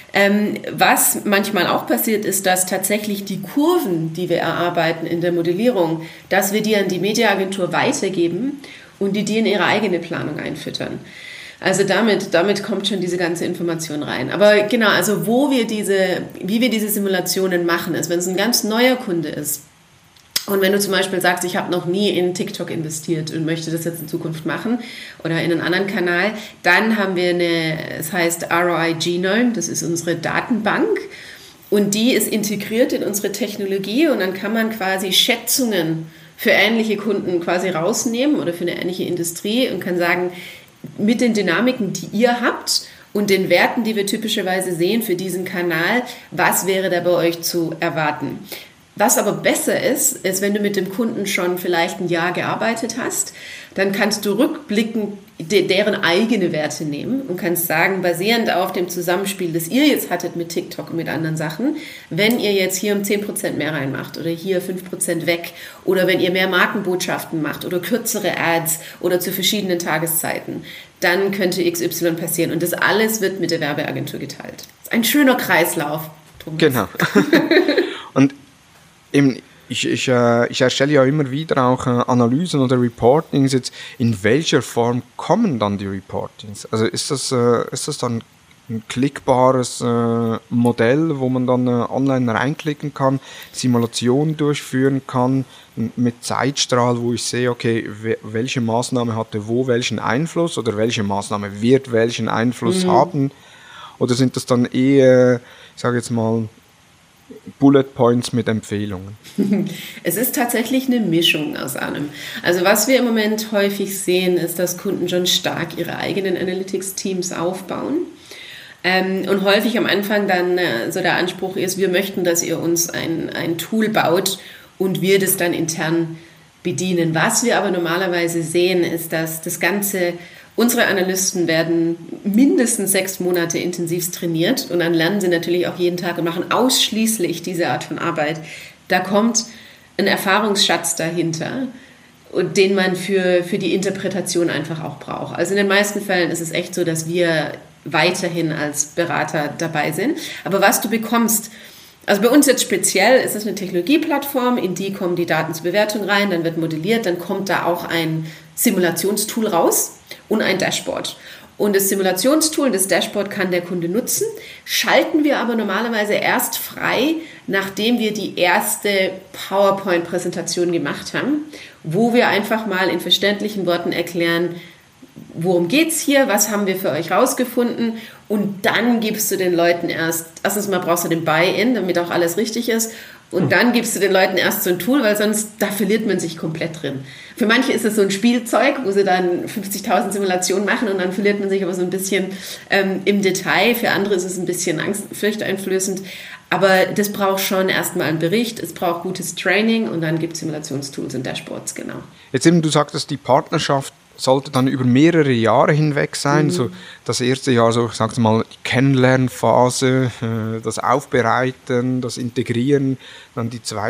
Was manchmal auch passiert, ist, dass tatsächlich die Kurven, die wir erarbeiten in der Modellierung, dass wir die an die Mediaagentur weitergeben und die in ihre eigene Planung einfüttern. Also damit kommt schon diese ganze Information rein. Aber genau, also wie wir diese Simulationen machen, ist, wenn es ein ganz neuer Kunde ist. Und wenn du zum Beispiel sagst, ich habe noch nie in TikTok investiert und möchte das jetzt in Zukunft machen oder in einen anderen Kanal, dann haben wir es heißt ROI Genome, das ist unsere Datenbank und die ist integriert in unsere Technologie und dann kann man quasi Schätzungen für ähnliche Kunden quasi rausnehmen oder für eine ähnliche Industrie und kann sagen, mit den Dynamiken, die ihr habt und den Werten, die wir typischerweise sehen für diesen Kanal, was wäre da bei euch zu erwarten? Was aber besser ist, wenn du mit dem Kunden schon vielleicht ein Jahr gearbeitet hast, dann kannst du rückblickend deren eigene Werte nehmen und kannst sagen, basierend auf dem Zusammenspiel, das ihr jetzt hattet mit TikTok und mit anderen Sachen, wenn ihr jetzt hier um 10% mehr reinmacht oder hier 5% weg oder wenn ihr mehr Markenbotschaften macht oder kürzere Ads oder zu verschiedenen Tageszeiten, dann könnte XY passieren. Und das alles wird mit der Werbeagentur geteilt. Das ist ein schöner Kreislauf. Genau. Und ich erstelle ja immer wieder auch Analysen oder Reportings. Jetzt, in welcher Form kommen dann die Reportings? Also ist das dann ein klickbares Modell, wo man dann online reinklicken kann, Simulationen durchführen kann, mit Zeitstrahl, wo ich sehe, okay, welche Maßnahme hatte wo welchen Einfluss oder welche Maßnahme wird welchen Einfluss haben? Oder sind das dann eher, ich sage jetzt mal, Bullet Points mit Empfehlungen? Es ist tatsächlich eine Mischung aus allem. Also was wir im Moment häufig sehen, ist, dass Kunden schon stark ihre eigenen Analytics-Teams aufbauen. Und häufig am Anfang dann so der Anspruch ist, wir möchten, dass ihr uns ein Tool baut und wir das dann intern bedienen. Was wir aber normalerweise sehen, ist, dass unsere Analysten werden mindestens 6 Monate intensivst trainiert und dann lernen sie natürlich auch jeden Tag und machen ausschließlich diese Art von Arbeit. Da kommt ein Erfahrungsschatz dahinter, den man für die Interpretation einfach auch braucht. Also in den meisten Fällen ist es echt so, dass wir weiterhin als Berater dabei sind. Aber was du bekommst, also bei uns jetzt speziell ist es eine Technologieplattform, in die kommen die Daten zur Bewertung rein, dann wird modelliert, dann kommt da auch ein Simulationstool raus und ein Dashboard. Und das Simulationstool, das Dashboard kann der Kunde nutzen, schalten wir aber normalerweise erst frei, nachdem wir die erste PowerPoint-Präsentation gemacht haben, wo wir einfach mal in verständlichen Worten erklären, worum geht's hier, was haben wir für euch rausgefunden und dann gibst du den Leuten erstens mal brauchst du den Buy-in, damit auch alles richtig ist und dann gibst du den Leuten erst so ein Tool, weil sonst, da verliert man sich komplett drin. Für manche ist es so ein Spielzeug, wo sie dann 50.000 Simulationen machen und dann verliert man sich aber so ein bisschen im Detail. Für andere ist es ein bisschen furchteinflößend. Aber das braucht schon erstmal einen Bericht, es braucht gutes Training und dann gibt es Simulationstools und Dashboards, genau. Jetzt eben, du sagtest, die Partnerschaft sollte dann über mehrere Jahre hinweg sein. So das erste Jahr, so ich sag's mal, die Kennenlernphase, das Aufbereiten, das Integrieren, dann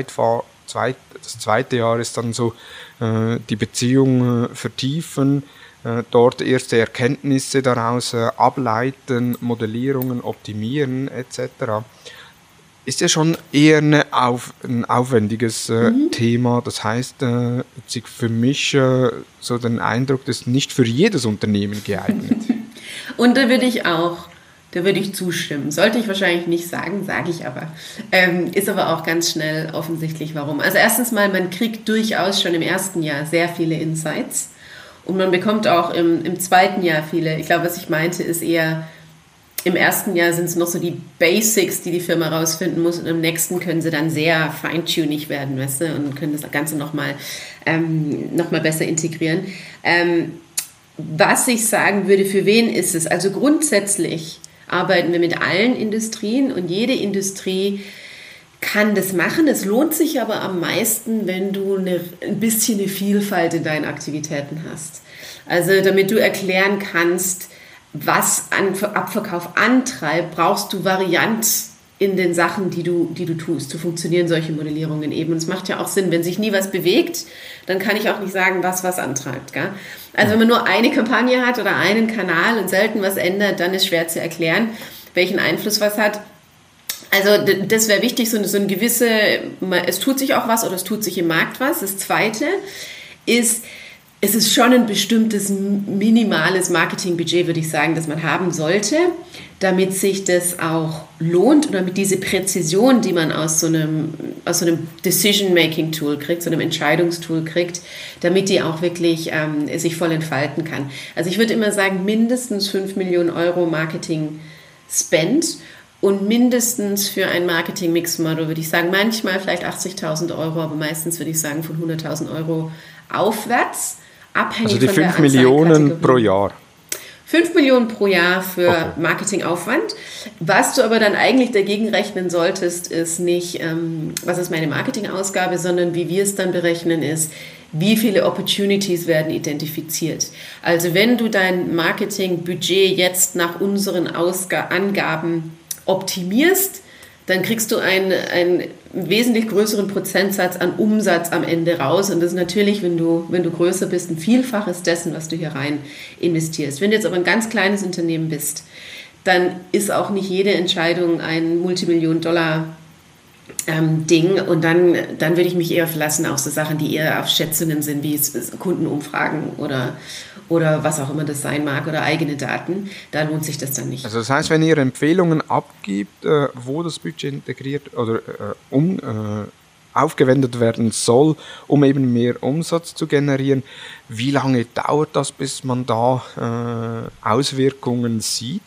das zweite Jahr ist dann so die Beziehung vertiefen, dort erste Erkenntnisse daraus ableiten, Modellierungen optimieren etc. Ist ja schon eher ein aufwendiges Thema. Das heißt, für mich so den Eindruck, das ist nicht für jedes Unternehmen geeignet. Und da würde ich zustimmen. Sollte ich wahrscheinlich nicht sagen, sage ich aber. Ist aber auch ganz schnell offensichtlich, warum. Also erstens mal, man kriegt durchaus schon im ersten Jahr sehr viele Insights und man bekommt auch im zweiten Jahr viele. Ich glaube, was ich meinte, ist eher, im ersten Jahr sind es noch so die Basics, die Firma rausfinden muss und im nächsten können sie dann sehr feintunig werden, weißt du, und können das Ganze noch mal besser integrieren. Was ich sagen würde, für wen ist es? Also grundsätzlich arbeiten wir mit allen Industrien und jede Industrie kann das machen. Es lohnt sich aber am meisten, wenn du ein bisschen eine Vielfalt in deinen Aktivitäten hast. Also damit du erklären kannst, was an Abverkauf antreibt, brauchst du Varianz in den Sachen, die du tust. So funktionieren solche Modellierungen eben. Und es macht ja auch Sinn, wenn sich nie was bewegt, dann kann ich auch nicht sagen, was antreibt. Gell? Also wenn man nur eine Kampagne hat oder einen Kanal und selten was ändert, dann ist schwer zu erklären, welchen Einfluss was hat. Also das wäre wichtig, so ein gewisse, es tut sich auch was oder es tut sich im Markt was. Das Zweite ist, Es ist schon ein bestimmtes minimales Marketingbudget, würde ich sagen, das man haben sollte, damit sich das auch lohnt und damit diese Präzision, die man aus so einem Decision-Making-Tool kriegt, so einem Entscheidungstool kriegt, damit die auch wirklich sich voll entfalten kann. Also ich würde immer sagen, mindestens 5 Millionen Euro Marketing-Spend und mindestens für ein Marketing-Mix-Model würde ich sagen, manchmal vielleicht 80.000 Euro, aber meistens würde ich sagen von 100.000 Euro aufwärts. Abhängig also die von 5 Millionen pro Jahr. 5 Millionen pro Jahr für Marketingaufwand. Was du aber dann eigentlich dagegen rechnen solltest, ist nicht, was ist meine Marketingausgabe, sondern wie wir es dann berechnen, ist, wie viele Opportunities werden identifiziert. Also wenn du dein Marketingbudget jetzt nach unseren Angaben optimierst, dann kriegst du einen wesentlich größeren Prozentsatz an Umsatz am Ende raus. Und das ist natürlich, wenn du größer bist, ein Vielfaches dessen, was du hier rein investierst. Wenn du jetzt aber ein ganz kleines Unternehmen bist, dann ist auch nicht jede Entscheidung ein Multimillion-Dollar Ding. Und dann würde ich mich eher verlassen auf so Sachen, die eher auf Schätzungen sind, wie Kundenumfragen oder was auch immer das sein mag oder eigene Daten. Da lohnt sich das dann nicht. Also das heißt, wenn ihr Empfehlungen abgibt, wo das Budget integriert oder aufgewendet werden soll, um eben mehr Umsatz zu generieren, wie lange dauert das, bis man da Auswirkungen sieht?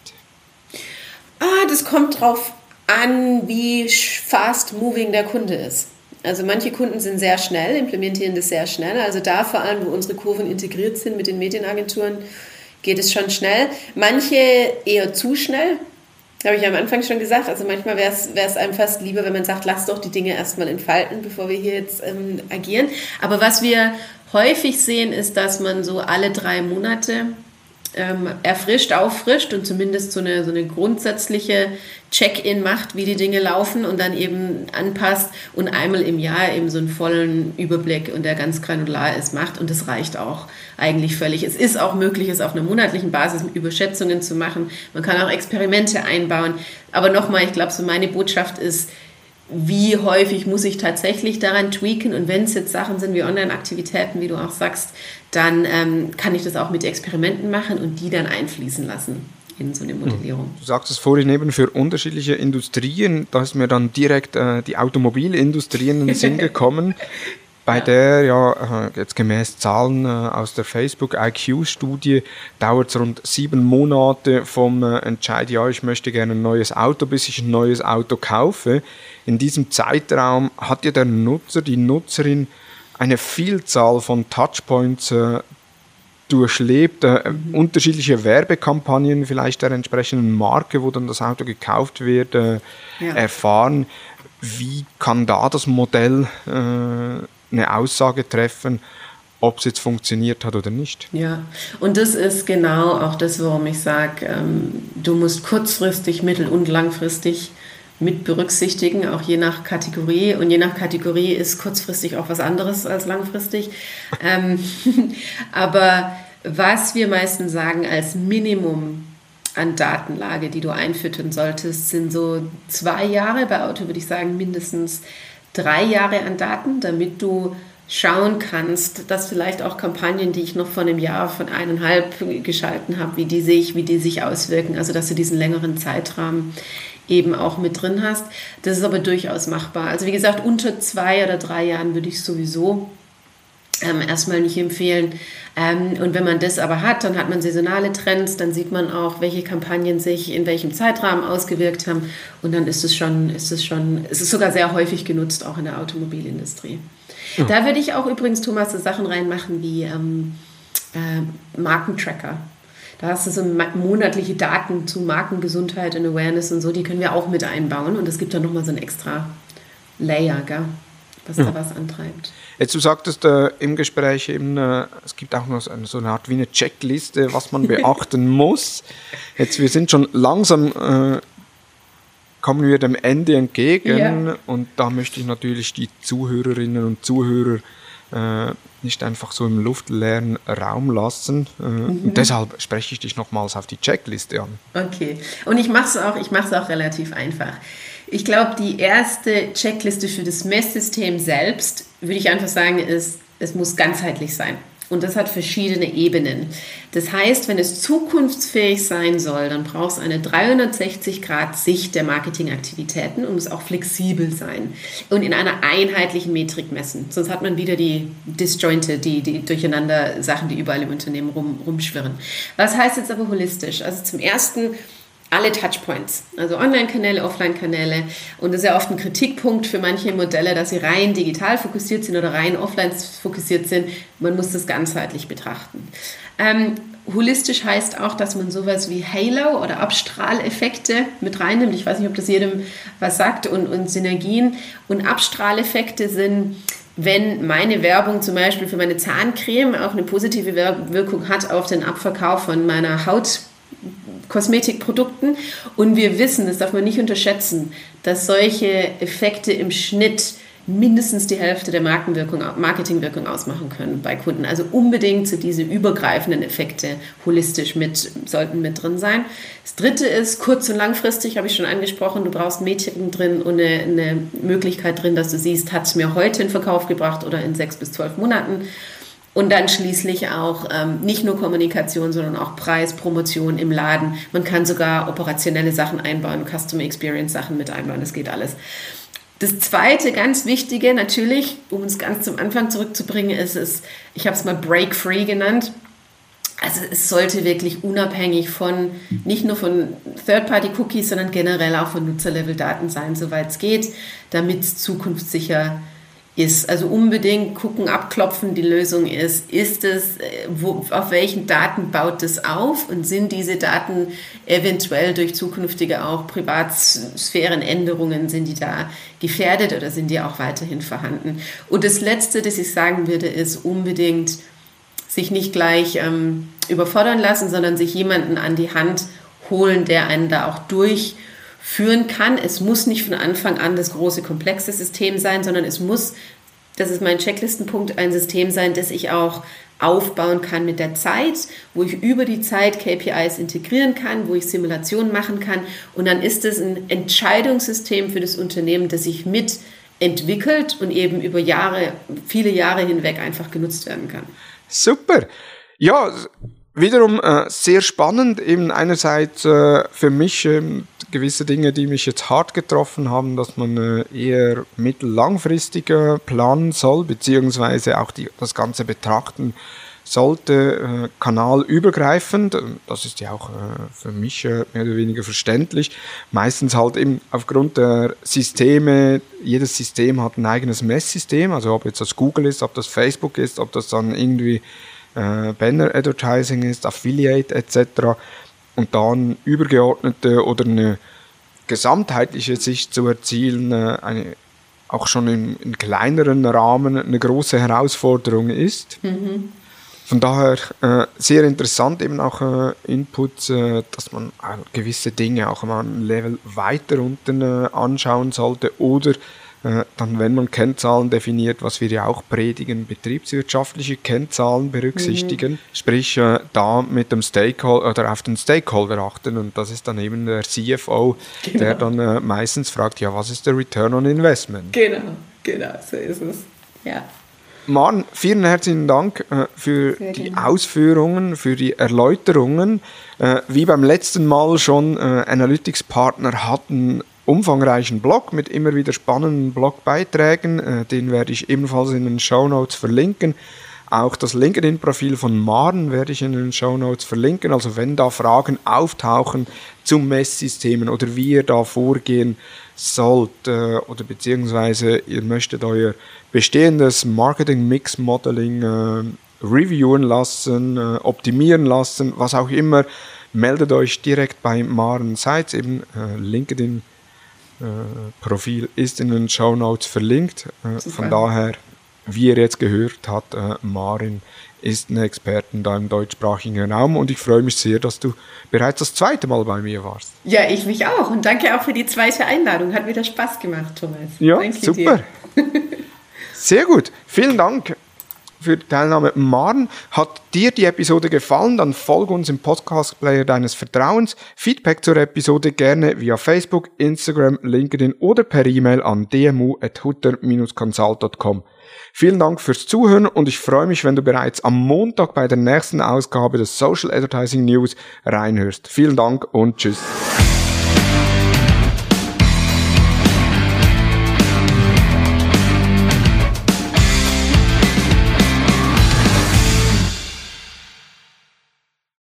Das kommt drauf an, wie fast moving der Kunde ist. Also manche Kunden sind sehr schnell, implementieren das sehr schnell. Also da vor allem, wo unsere Kurven integriert sind mit den Medienagenturen, geht es schon schnell. Manche eher zu schnell, habe ich am Anfang schon gesagt. Also manchmal wäre es einem fast lieber, wenn man sagt, lass doch die Dinge erstmal entfalten, bevor wir hier jetzt agieren. Aber was wir häufig sehen, ist, dass man so alle 3 Monate erfrischt, auffrischt und zumindest so eine grundsätzliche Check-in macht, wie die Dinge laufen und dann eben anpasst und einmal im Jahr eben so einen vollen Überblick und der ganz granular ist, macht und das reicht auch eigentlich völlig. Es ist auch möglich, es auf einer monatlichen Basis mit Überschätzungen zu machen. Man kann auch Experimente einbauen. Aber nochmal, ich glaube, so meine Botschaft ist, wie häufig muss ich tatsächlich daran tweaken und wenn es jetzt Sachen sind wie Online-Aktivitäten, wie du auch sagst, dann kann ich das auch mit Experimenten machen und die dann einfließen lassen in so eine Modellierung. Du sagst es vorhin eben für unterschiedliche Industrien, da ist mir dann direkt die Automobilindustrie in den Sinn gekommen, bei der jetzt gemäß Zahlen aus der Facebook-IQ-Studie dauert es rund 7 Monate vom Entscheid, ja, ich möchte gerne ein neues Auto, bis ich ein neues Auto kaufe. In diesem Zeitraum hat ja der Nutzer, die Nutzerin eine Vielzahl von Touchpoints durchlebt, unterschiedliche Werbekampagnen vielleicht der entsprechenden Marke, wo dann das Auto gekauft wird, erfahren. Wie kann da das Modell eine Aussage treffen, ob es jetzt funktioniert hat oder nicht? Ja, und das ist genau auch das, warum ich sage, du musst kurzfristig, mittel- und langfristig mit berücksichtigen, auch je nach Kategorie. Und je nach Kategorie ist kurzfristig auch was anderes als langfristig. Aber was wir meistens sagen als Minimum an Datenlage, die du einfüttern solltest, sind so 2 Jahre. Bei Auto würde ich sagen mindestens 3 Jahre an Daten, damit du schauen kannst, dass vielleicht auch Kampagnen, die ich noch vor einem Jahr, von 1,5 geschalten habe, wie die sich auswirken. Also dass du diesen längeren Zeitrahmen eben auch mit drin hast. Das ist aber durchaus machbar. Also wie gesagt, unter 2 oder 3 Jahren würde ich sowieso erstmal nicht empfehlen. Und wenn man das aber hat, dann hat man saisonale Trends, dann sieht man auch, welche Kampagnen sich in welchem Zeitrahmen ausgewirkt haben. Und dann ist es sogar sehr häufig genutzt, auch in der Automobilindustrie. Ja. Da würde ich auch übrigens, Thomas, so Sachen reinmachen wie Markentracker. Da hast du so monatliche Daten zu Markengesundheit und Awareness und so, die können wir auch mit einbauen. Und es gibt dann nochmal so ein extra Layer, gell, was da was antreibt. Jetzt, du sagtest im Gespräch eben, es gibt auch noch so eine Art wie eine Checkliste, was man beachten muss. Jetzt, wir sind schon langsam, kommen wir dem Ende entgegen und da möchte ich natürlich die Zuhörerinnen und Zuhörer nicht einfach so im luftleeren Raum lassen. Und deshalb spreche ich dich nochmals auf die Checkliste an. Okay, und ich mache es auch relativ einfach. Ich glaube, die erste Checkliste für das Messsystem selbst, würde ich einfach sagen, ist, es muss ganzheitlich sein. Und das hat verschiedene Ebenen. Das heißt, wenn es zukunftsfähig sein soll, dann braucht es eine 360-Grad-Sicht der Marketingaktivitäten und muss auch flexibel sein und in einer einheitlichen Metrik messen. Sonst hat man wieder die Disjointe, die durcheinander Sachen, die überall im Unternehmen rumschwirren. Was heißt jetzt aber holistisch? Also zum Ersten alle Touchpoints, also Online-Kanäle, Offline-Kanäle. Und das ist ja oft ein Kritikpunkt für manche Modelle, dass sie rein digital fokussiert sind oder rein offline fokussiert sind. Man muss das ganzheitlich betrachten. Holistisch heißt auch, dass man sowas wie Halo oder Abstrahleffekte mit reinnimmt. Ich weiß nicht, ob das jedem was sagt, und Synergien. Und Abstrahleffekte sind, wenn meine Werbung zum Beispiel für meine Zahncreme auch eine positive Wirkung hat auf den Abverkauf von meiner Kosmetikprodukten. Und wir wissen, das darf man nicht unterschätzen, dass solche Effekte im Schnitt mindestens die Hälfte der Marketingwirkung ausmachen können bei Kunden. Also unbedingt so diese übergreifenden Effekte holistisch sollten mit drin sein. Das dritte ist kurz- und langfristig, habe ich schon angesprochen, du brauchst Metriken drin und eine Möglichkeit drin, dass du siehst, hat es mir heute in Verkauf gebracht oder in 6 bis 12 Monaten. Und dann schließlich auch nicht nur Kommunikation, sondern auch Preis, Promotion im Laden. Man kann sogar operationelle Sachen einbauen, Customer Experience Sachen mit einbauen, das geht alles. Das zweite ganz Wichtige natürlich, um uns ganz zum Anfang zurückzubringen, ist, ich habe es mal Break-Free genannt. Also es sollte wirklich unabhängig nicht nur von Third-Party-Cookies, sondern generell auch von Nutzerlevel-Daten sein, soweit es geht, damit es zukunftssicher ist. Also unbedingt gucken, abklopfen, die Lösung ist es, auf welchen Daten baut es auf und sind diese Daten eventuell durch zukünftige auch Privatsphärenänderungen, sind die da gefährdet oder sind die auch weiterhin vorhanden? Und das Letzte, das ich sagen würde, ist unbedingt sich nicht gleich überfordern lassen, sondern sich jemanden an die Hand holen, der einen da auch durchführen kann. Es muss nicht von Anfang an das große, komplexe System sein, sondern es muss, das ist mein Checklistenpunkt, ein System sein, das ich auch aufbauen kann mit der Zeit, wo ich über die Zeit KPIs integrieren kann, wo ich Simulationen machen kann. Und dann ist es ein Entscheidungssystem für das Unternehmen, das sich mitentwickelt und eben über viele Jahre hinweg einfach genutzt werden kann. Super. Ja, wiederum sehr spannend, eben einerseits für mich gewisse Dinge, die mich jetzt hart getroffen haben, dass man eher mittel-langfristig planen soll, beziehungsweise auch das Ganze betrachten sollte, kanalübergreifend. Das ist ja auch für mich mehr oder weniger verständlich. Meistens halt eben aufgrund der Systeme, jedes System hat ein eigenes Messsystem, also ob jetzt das Google ist, ob das Facebook ist, ob das dann irgendwie Banner-Advertising ist, Affiliate etc. Und dann übergeordnete oder eine gesamtheitliche Sicht zu erzielen, auch schon in kleineren Rahmen eine große Herausforderung ist. Mhm. Von daher sehr interessant eben auch Inputs, dass man gewisse Dinge auch mal ein Level weiter unten anschauen sollte oder dann, wenn man Kennzahlen definiert, was wir ja auch predigen, betriebswirtschaftliche Kennzahlen berücksichtigen, sprich da mit dem Stakeholder oder auf den Stakeholder achten, und das ist dann eben der CFO, genau, der dann meistens fragt, ja, was ist der Return on Investment? Genau, so ist es, ja. Maren, vielen herzlichen Dank für die Ausführungen, für die Erläuterungen. Wie beim letzten Mal schon, Analytics-Partner hatten umfangreichen Blog mit immer wieder spannenden Blogbeiträgen. Den werde ich ebenfalls in den Shownotes verlinken. Auch das LinkedIn-Profil von Maren werde ich in den Shownotes verlinken. Also wenn da Fragen auftauchen zu Messsystemen oder wie ihr da vorgehen sollt oder beziehungsweise ihr möchtet euer bestehendes Marketing-Mix-Modeling reviewen lassen, optimieren lassen, was auch immer, meldet euch direkt bei Maren Seitz. Eben LinkedIn Profil ist in den Shownotes verlinkt. Von daher, wie ihr jetzt gehört habt, Maren ist eine Expertin da im deutschsprachigen Raum, und ich freue mich sehr, dass du bereits das zweite Mal bei mir warst. Ja, ich mich auch, und danke auch für die zweite Einladung. Hat wieder Spaß gemacht, Thomas. Ja, danke super. Dir. Sehr gut. Vielen Dank für die Teilnahme, Maren. Hat dir die Episode gefallen, dann folge uns im Podcast-Player deines Vertrauens. Feedback zur Episode gerne via Facebook, Instagram, LinkedIn oder per E-Mail an dmu@hutter-consult.com. Vielen Dank fürs Zuhören und ich freue mich, wenn du bereits am Montag bei der nächsten Ausgabe des Social Advertising News reinhörst. Vielen Dank und tschüss.